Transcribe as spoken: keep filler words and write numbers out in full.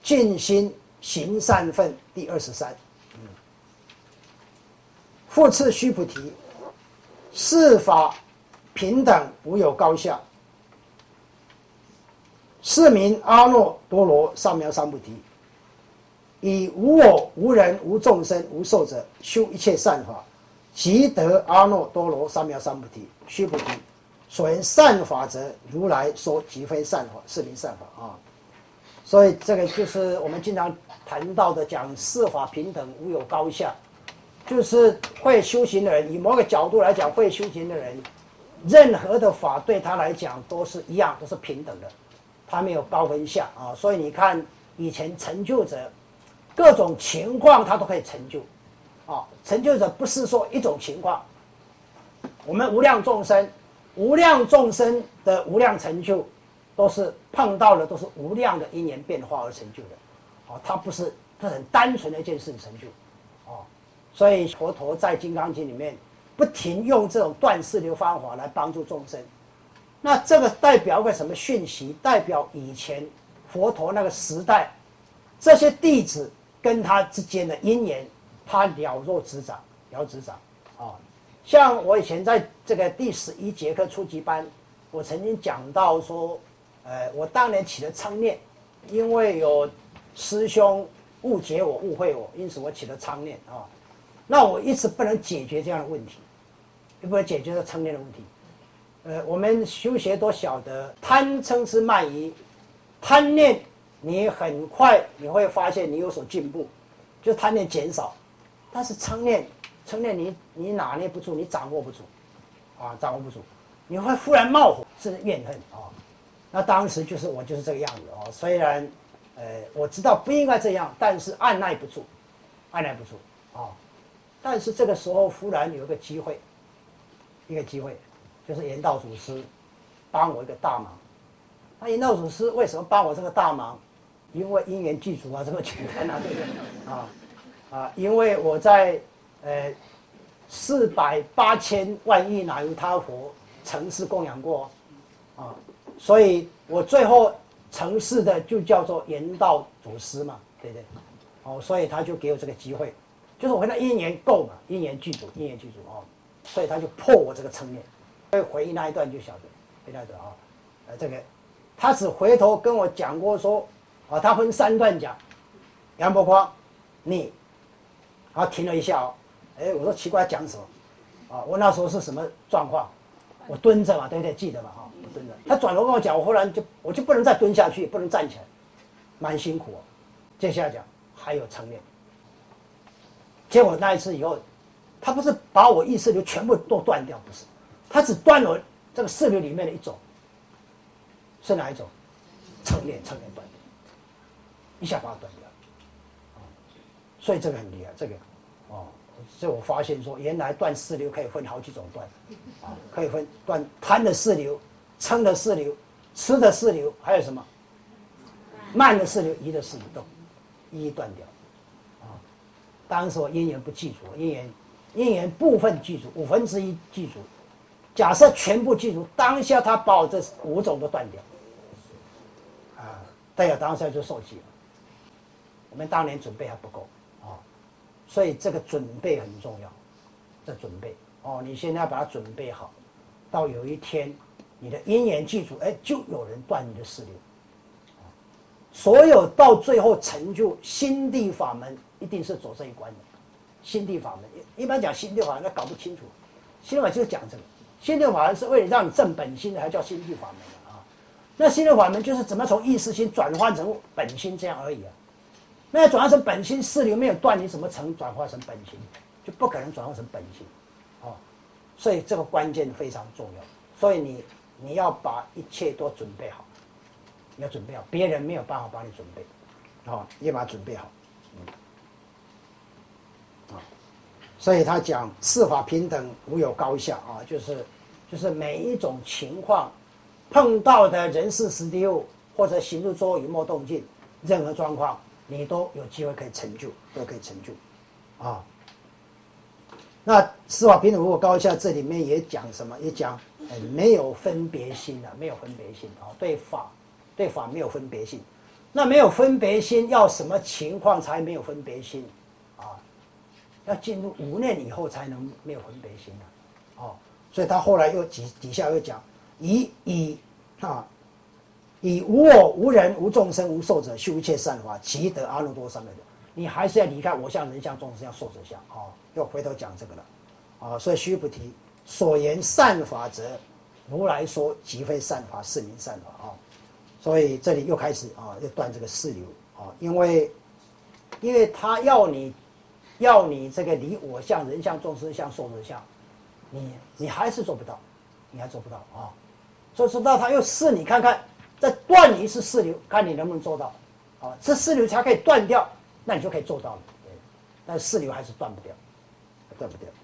尽心行善分第二十三。嗯，复次须菩提，四法平等，无有高下。是名阿耨多罗三藐三菩提。以无我、无人、无众生、无寿者，修一切善法，即得阿耨多罗三藐三菩提。须菩提，所言善法者，如来说即非善法，是名善法啊。所以这个就是我们经常谈到的，讲四法平等，无有高下。就是会修行的人，以某个角度来讲，会修行的人，任何的法对他来讲都是一样，都是平等的，他没有高跟下啊。所以你看，以前成就者，各种情况他都可以成就，啊，成就者不是说一种情况。我们无量众生，无量众生的无量成就，都是碰到的都是无量的因缘变化而成就的，哦，它不是它很单纯的一件事成就，哦，所以佛陀在《金刚经》里面不停用这种断世流方法来帮助众生。那这个代表个什么讯息？代表以前佛陀那个时代，这些弟子跟他之间的因缘，他了若指掌，了指掌啊。像我以前在这个第十一节课初级班，我曾经讲到说，呃，我当年起了嗔念，因为有师兄误解我、误会我，因此我起了嗔念啊。那我一直不能解决这样的问题，也不能解决这嗔念的问题。呃，我们修学都晓得，贪嗔痴慢疑，贪念你很快你会发现你有所进步，就贪念减少，但是嗔念，嗔念你你拿捏不住，你掌握不住，啊，掌握不住，你会忽然冒火，是怨恨啊。那当时就是我就是这个样子哦，虽然，呃，我知道不应该这样，但是按耐不住，按耐不住啊。但是这个时候忽然有一个机会，一个机会，就是圆道祖师帮我一个大忙。那圆道祖师为什么帮我这个大忙？因为因缘具足啊，这么简单啊，对不对？啊啊，因为我在呃四百八千万亿那由他佛成世供养过啊，所以我最后成世的就叫做圆道祖师嘛，对不对？哦，所以他就给我这个机会，就是我跟他因缘够嘛，因缘具足，因缘具足哦，所以他就破我这个嗔念。所以回忆那一段就晓得，回忆那一段啊，呃，这个他只回头跟我讲过说，啊，他分三段讲，杨伯匡，你，然后停了一下哦，哎，我说奇怪讲什么？啊，我那时候是什么状况？我蹲着嘛，对不对？记得嘛，哈，我蹲着。他转头跟我讲，我忽然就我就不能再蹲下去，不能站起来，蛮辛苦哦。接下来讲还有嗔念，结果那一次以后，他不是把我意识流全部都断掉，不是，他只断了这个识流里面的一种，是哪一种？嗔念，嗔念断掉，一下把它断掉。所以这个很厉害，这个，哦，所以我发现说，原来断识流可以分好几种断，啊，可以分断贪的识流、嗔的识流、痴的识流，还有什么？慢的识流、疑的识流，都一一断掉。啊，当时我因缘不记住，因缘因缘部分记住，五分之一记住。假设全部记住，当下他把我这五种都断掉，啊，代表当下就受记了。我们当年准备还不够。所以这个准备很重要，这准备哦，你现在要把它准备好，到有一天你的因缘记住，哎，就有人断你的识流。所有到最后成就心地法门，一定是走这一关的。心地法门，一般讲心地法门，那搞不清楚。心地法门就是讲这个，心地法门是为了让你正本心的，还叫心地法门的啊。那心地法门就是怎么从意识心转换成本心这样而已啊。那转换成本心，识流没有断，你怎么成转化成本心？就不可能转化成本心，哦，所以这个关键非常重要。所以你你要把一切都准备好，你要准备好，别人没有办法帮你准备，哦，你要把它准备好，嗯，啊，所以他讲四法平等，无有高下啊，就是就是每一种情况碰到的人事时地物或者行住坐卧语默动静，任何状况。你都有机会可以成就，都可以成就，啊。那四法平等无有高下，这里面也讲什么？也讲，哎，没有分别心啊，没有分别心啊，对法，对法没有分别心。 那没有分别心，要什么情况才没有分别心？啊，要进入无念以后才能没有分别心啊。哦，所以他后来又底底下又讲，以以啊，以无我无人无众生无寿者修一切善法，即得阿耨多罗三藐三。你还是要离开我相、人相、众生相、寿者相啊。又回头讲这个了啊。所以须菩提所言善法者，如来说即非善法，是名善法啊。所以这里又开始啊，又断这个四流啊，因为因为他要你要你这个离我相、人相、众生相、寿者相，你你还是做不到，你还做不到啊。所以说到他又试你看看，再断你一次四流，看你能不能做到啊。这四流才可以断掉，那你就可以做到了。但是四流还是断不掉，断不掉。